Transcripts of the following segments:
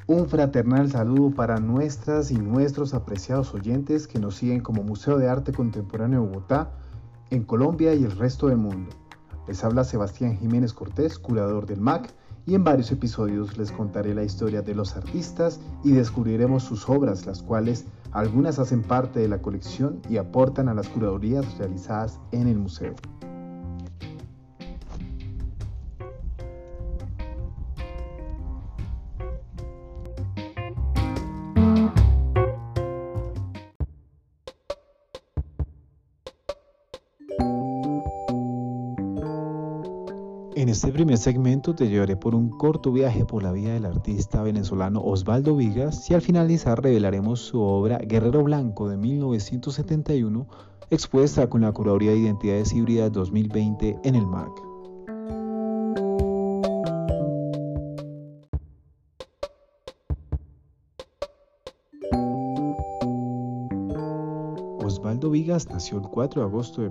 Un fraternal saludo para nuestras y nuestros apreciados oyentes que nos siguen como Museo de Arte Contemporáneo de Bogotá, en Colombia y el resto del mundo. Les habla Sebastián Jiménez Cortés, curador del MAC, y en varios episodios les contaré la historia de los artistas y descubriremos sus obras, las cuales algunas hacen parte de la colección y aportan a las curadurías realizadas en el museo. En este primer segmento te llevaré por un corto viaje por la vida del artista venezolano Osvaldo Vigas y al finalizar revelaremos su obra Guerrero Blanco de 1971, expuesta con la Curaduría de Identidades Híbridas 2020 en el MAC. Osvaldo Vigas nació el 4 de agosto de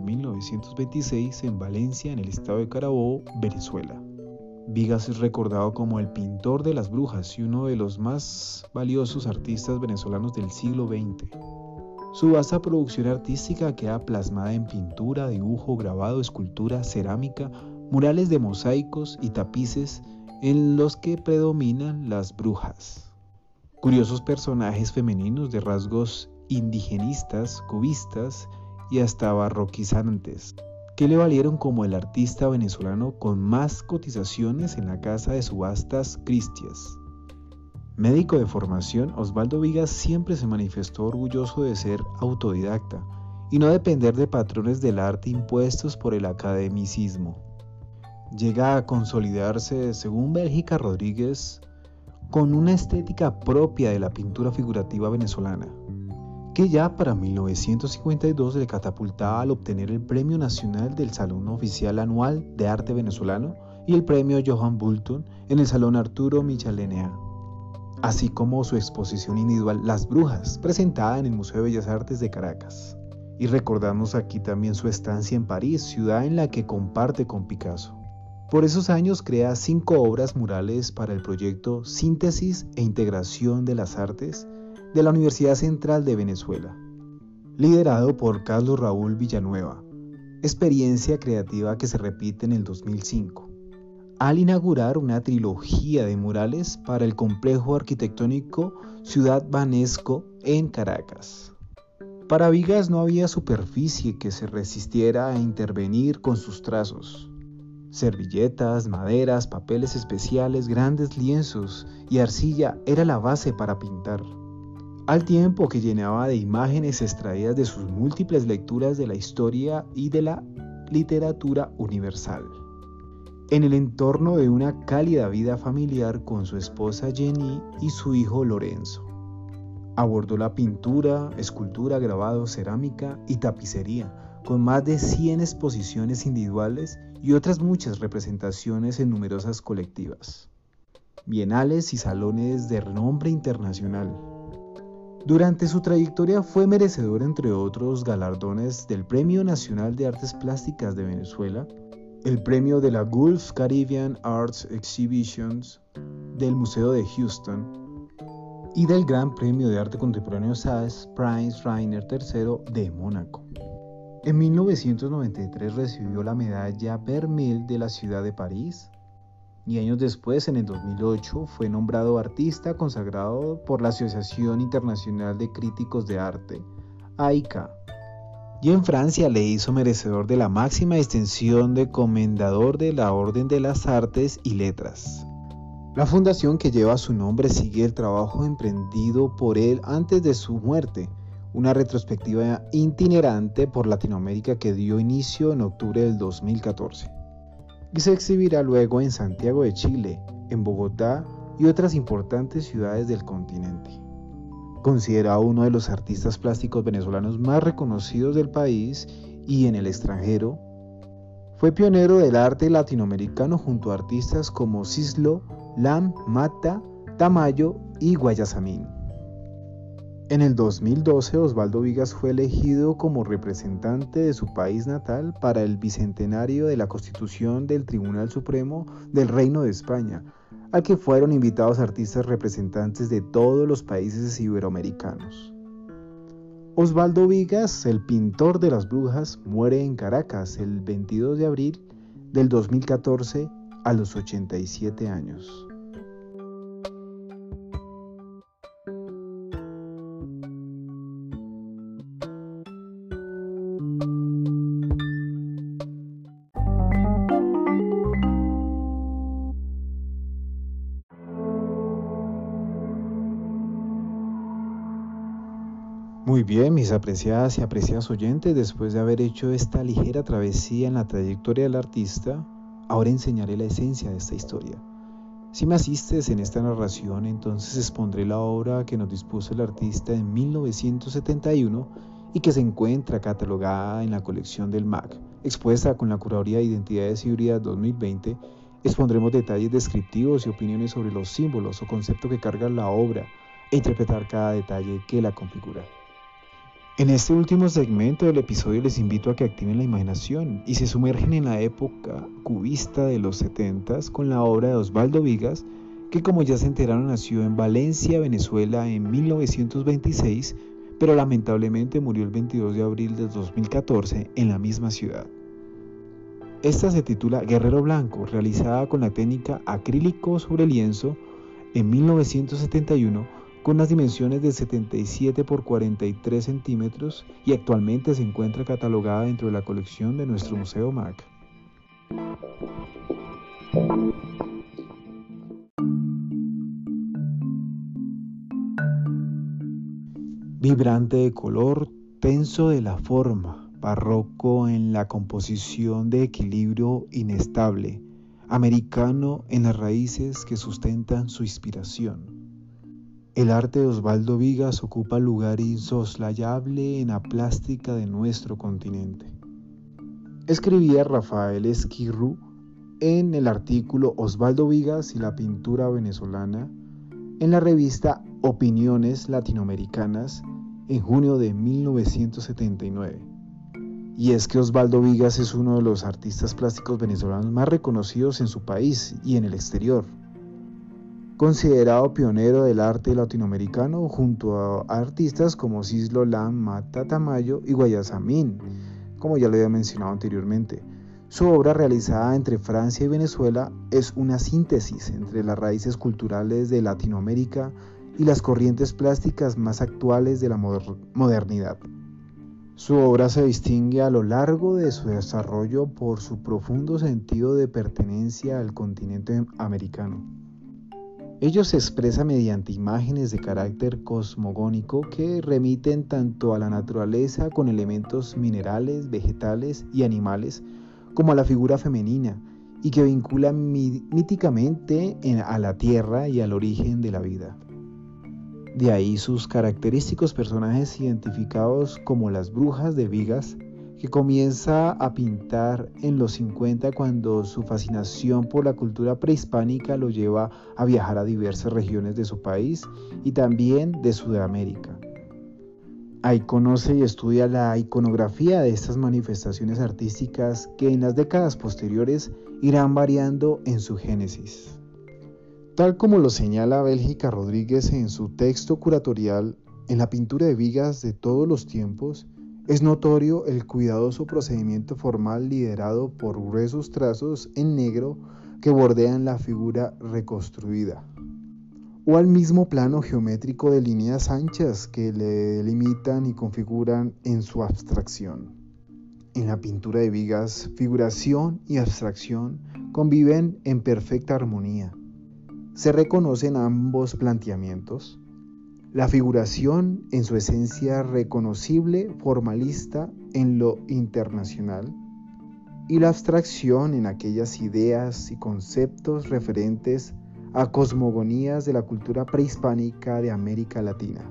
1926 en Valencia, en el estado de Carabobo, Venezuela. Vigas es recordado como el pintor de las brujas y uno de los más valiosos artistas venezolanos del siglo XX. Su vasta producción artística queda plasmada en pintura, dibujo, grabado, escultura, cerámica, murales de mosaicos y tapices en los que predominan las brujas. Curiosos personajes femeninos de rasgos indigenistas, cubistas y hasta barroquizantes, que le valieron como el artista venezolano con más cotizaciones en la casa de subastas Christie's. Médico de formación, Osvaldo Vigas siempre se manifestó orgulloso de ser autodidacta y no depender de patrones del arte impuestos por el academicismo. Llega a consolidarse, según Bélgica Rodríguez, con una estética propia de la pintura figurativa venezolana, que ya para 1952 le catapultaba al obtener el Premio Nacional del Salón Oficial Anual de Arte Venezolano y el Premio Johan Bulton en el Salón Arturo Michelena, así como su exposición individual Las Brujas, presentada en el Museo de Bellas Artes de Caracas. Y recordamos aquí también su estancia en París, ciudad en la que comparte con Picasso. Por esos años crea 5 obras murales para el proyecto Síntesis e Integración de las Artes de la Universidad Central de Venezuela, liderado por Carlos Raúl Villanueva, experiencia creativa que se repite en el 2005, al inaugurar una trilogía de murales para el complejo arquitectónico Ciudad Banesco en Caracas. Para Vigas no había superficie que se resistiera a intervenir con sus trazos. Servilletas, maderas, papeles especiales, grandes lienzos y arcilla era la base para pintar, al tiempo que llenaba de imágenes extraídas de sus múltiples lecturas de la historia y de la literatura universal. En el entorno de una cálida vida familiar con su esposa Jenny y su hijo Lorenzo, abordó la pintura, escultura, grabado, cerámica y tapicería, con más de 100 exposiciones individuales y otras muchas representaciones en numerosas colectivas, bienales y salones de renombre internacional. Durante su trayectoria fue merecedor, entre otros galardones, del Premio Nacional de Artes Plásticas de Venezuela, el premio de la Gulf Caribbean Arts Exhibitions del Museo de Houston y del Gran Premio de Arte Contemporáneo Sas Prince Rainier III de Mónaco. En 1993 recibió la medalla Vermeil de la ciudad de París, y años después, en el 2008, fue nombrado artista consagrado por la Asociación Internacional de Críticos de Arte, AICA, y en Francia le hizo merecedor de la máxima distinción de Comendador de la Orden de las Artes y Letras. La fundación que lleva su nombre sigue el trabajo emprendido por él antes de su muerte, una retrospectiva itinerante por Latinoamérica que dio inicio en octubre del 2014. Y se exhibirá luego en Santiago de Chile, en Bogotá y otras importantes ciudades del continente. Considerado uno de los artistas plásticos venezolanos más reconocidos del país y en el extranjero, fue pionero del arte latinoamericano junto a artistas como Cislo, Lam, Mata, Tamayo y Guayasamín. En el 2012, Osvaldo Vigas fue elegido como representante de su país natal para el bicentenario de la Constitución del Tribunal Supremo del Reino de España, al que fueron invitados artistas representantes de todos los países iberoamericanos. Osvaldo Vigas, el pintor de las brujas, muere en Caracas el 22 de abril del 2014 a los 87 años. Muy bien, mis apreciadas y apreciados oyentes, después de haber hecho esta ligera travesía en la trayectoria del artista, ahora enseñaré la esencia de esta historia. Si me asistes en esta narración, entonces expondré la obra que nos dispuso el artista en 1971 y que se encuentra catalogada en la colección del MAC, expuesta con la Curaduría de Identidades Híbridas 2020. Expondremos detalles descriptivos y opiniones sobre los símbolos o conceptos que carga la obra e interpretar cada detalle que la configura. En este último segmento del episodio les invito a que activen la imaginación y se sumergen en la época cubista de los 70s con la obra de Osvaldo Vigas, que como ya se enteraron nació en Valencia, Venezuela en 1926, pero lamentablemente murió el 22 de abril de 2014 en la misma ciudad. Esta se titula Guerrero Blanco, realizada con la técnica acrílico sobre lienzo en 1971, con unas dimensiones de 77 por 43 centímetros y actualmente se encuentra catalogada dentro de la colección de nuestro Museo MAC. Vibrante de color, tenso de la forma, barroco en la composición, de equilibrio inestable, americano en las raíces que sustentan su inspiración. El arte de Osvaldo Vigas ocupa lugar insoslayable en la plástica de nuestro continente. Escribía Rafael Esquirru en el artículo Osvaldo Vigas y la pintura venezolana en la revista Opiniones Latinoamericanas en junio de 1979. Y es que Osvaldo Vigas es uno de los artistas plásticos venezolanos más reconocidos en su país y en el exterior. Considerado pionero del arte latinoamericano junto a artistas como Cislo Lam, Mata Tamayo y Guayasamín, como ya lo había mencionado anteriormente. Su obra, realizada entre Francia y Venezuela, es una síntesis entre las raíces culturales de Latinoamérica y las corrientes plásticas más actuales de la modernidad. Su obra se distingue a lo largo de su desarrollo por su profundo sentido de pertenencia al continente americano. Ello se expresa mediante imágenes de carácter cosmogónico que remiten tanto a la naturaleza con elementos minerales, vegetales y animales, como a la figura femenina, y que vinculan míticamente a la tierra y al origen de la vida. De ahí sus característicos personajes identificados como las brujas de Vigas, que comienza a pintar en los 50 cuando su fascinación por la cultura prehispánica lo lleva a viajar a diversas regiones de su país y también de Sudamérica. Ahí conoce y estudia la iconografía de estas manifestaciones artísticas que en las décadas posteriores irán variando en su génesis. Tal como lo señala Bélgica Rodríguez en su texto curatorial, en la pintura de Vigas de todos los tiempos, es notorio el cuidadoso procedimiento formal liderado por gruesos trazos en negro que bordean la figura reconstruida, o al mismo plano geométrico de líneas anchas que le delimitan y configuran en su abstracción. En la pintura de Vigas, figuración y abstracción conviven en perfecta armonía. Se reconocen ambos planteamientos. La figuración en su esencia reconocible, formalista en lo internacional, y la abstracción en aquellas ideas y conceptos referentes a cosmogonías de la cultura prehispánica de América Latina.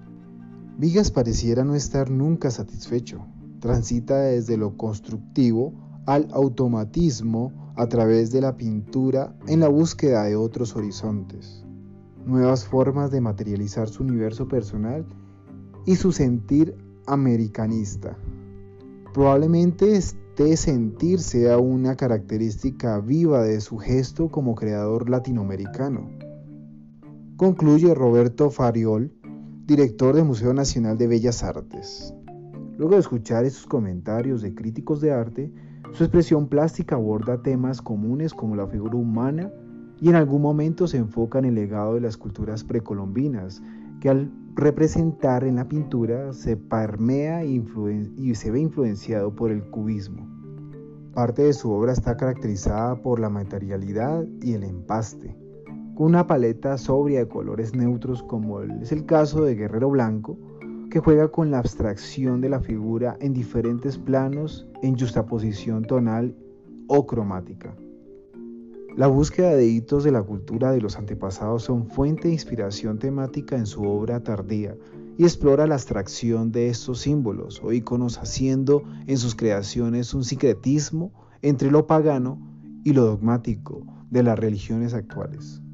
Vigas pareciera no estar nunca satisfecho, transita desde lo constructivo al automatismo a través de la pintura en la búsqueda de otros horizontes, nuevas formas de materializar su universo personal y su sentir americanista. Probablemente de sentir sea una característica viva de su gesto como creador latinoamericano. Concluye Roberto Fariol, director del Museo Nacional de Bellas Artes. Luego de escuchar estos comentarios de críticos de arte, su expresión plástica aborda temas comunes como la figura humana y en algún momento se enfoca en el legado de las culturas precolombinas, que al representar en la pintura se permea y se ve influenciado por el cubismo. Parte de su obra está caracterizada por la materialidad y el empaste, con una paleta sobria de colores neutros como es el caso de Guerrero Blanco, que juega con la abstracción de la figura en diferentes planos en yuxtaposición tonal o cromática. La búsqueda de hitos de la cultura de los antepasados son fuente de inspiración temática en su obra tardía y explora la abstracción de estos símbolos o iconos, haciendo en sus creaciones un sincretismo entre lo pagano y lo dogmático de las religiones actuales.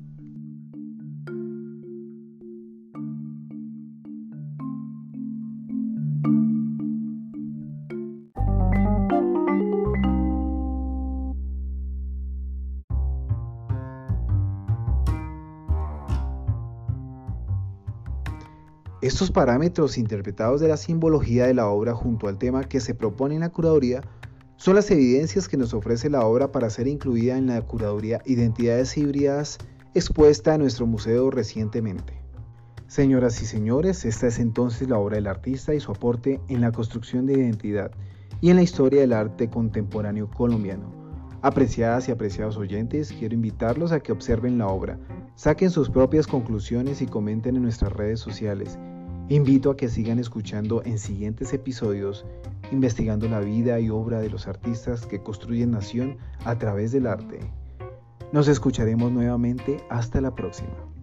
Estos parámetros interpretados de la simbología de la obra junto al tema que se propone en la curaduría son las evidencias que nos ofrece la obra para ser incluida en la curaduría Identidades Híbridas expuesta en nuestro museo recientemente. Señoras y señores, esta es entonces la obra del artista y su aporte en la construcción de identidad y en la historia del arte contemporáneo colombiano. Apreciadas y apreciados oyentes, quiero invitarlos a que observen la obra, saquen sus propias conclusiones y comenten en nuestras redes sociales. Invito a que sigan escuchando en siguientes episodios, investigando la vida y obra de los artistas que construyen nación a través del arte. Nos escucharemos nuevamente. Hasta la próxima.